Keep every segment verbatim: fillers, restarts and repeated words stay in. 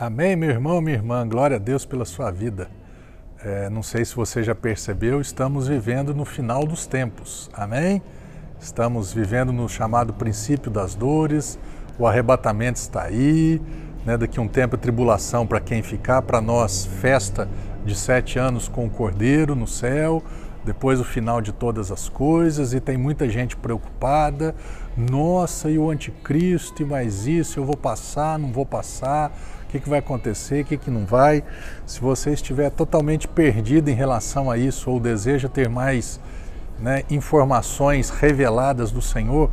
Amém, meu irmão, minha irmã, glória a Deus pela sua vida. É, não sei se você já percebeu, estamos vivendo no final dos tempos, amém? Estamos vivendo no chamado princípio das dores, o arrebatamento está aí, né? Daqui a um tempo a tribulação para quem ficar, para nós festa de sete anos com o Cordeiro no céu, depois o final de todas as coisas, e tem muita gente preocupada, nossa, e o anticristo, e mais isso, eu vou passar, não vou passar, o que, que vai acontecer, o que, que não vai. Se você estiver totalmente perdido em relação a isso, ou deseja ter mais né, informações reveladas do Senhor,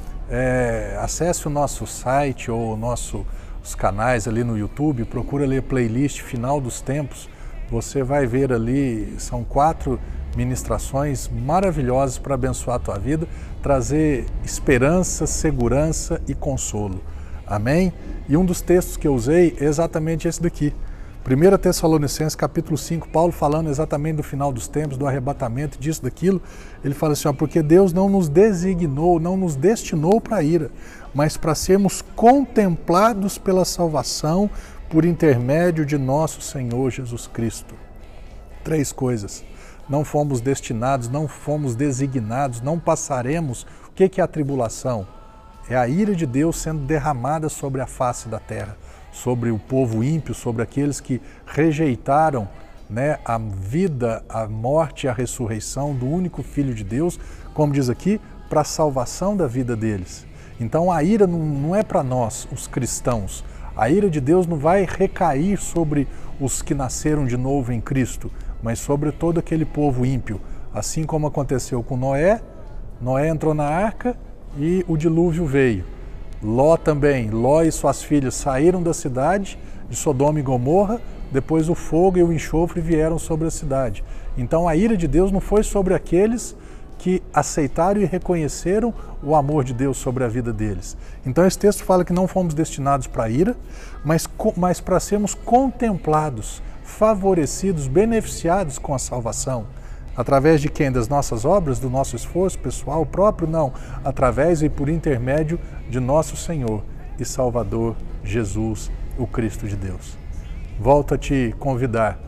é, acesse o nosso site ou nosso, os canais ali no YouTube, procura ler playlist Final dos Tempos, você vai ver ali, são quatro ministrações maravilhosas para abençoar a tua vida, trazer esperança, segurança e consolo. Amém? E um dos textos que eu usei é exatamente esse daqui. primeira Tessalonicenses capítulo cinco, Paulo falando exatamente do final dos tempos, do arrebatamento, disso, daquilo. Ele fala assim, ó, porque Deus não nos designou, não nos destinou para a ira, mas para sermos contemplados pela salvação por intermédio de nosso Senhor Jesus Cristo. Três coisas. Não fomos destinados, não fomos designados, não passaremos. O que é a tribulação? É a ira de Deus sendo derramada sobre a face da terra, sobre o povo ímpio, sobre aqueles que rejeitaram né, a vida, a morte e a ressurreição do único Filho de Deus, como diz aqui, para a salvação da vida deles. Então a ira não, não é para nós, os cristãos. A ira de Deus não vai recair sobre os que nasceram de novo em Cristo, mas sobre todo aquele povo ímpio. Assim como aconteceu com Noé, Noé entrou na arca e o dilúvio veio. Ló também, Ló e suas filhas saíram da cidade de Sodoma e Gomorra, depois o fogo e o enxofre vieram sobre a cidade. Então a ira de Deus não foi sobre aqueles que aceitaram e reconheceram o amor de Deus sobre a vida deles. Então esse texto fala que não fomos destinados para a ira, mas, mas para sermos contemplados, favorecidos, beneficiados com a salvação. Através de quem? Das nossas obras, do nosso esforço pessoal próprio? Não. Através e por intermédio de nosso Senhor e Salvador Jesus, o Cristo de Deus. Volto a te convidar.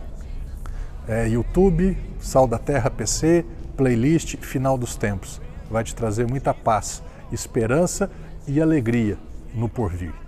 É, YouTube, Sal da Terra P C, playlist Final dos Tempos. Vai te trazer muita paz, esperança e alegria no porvir.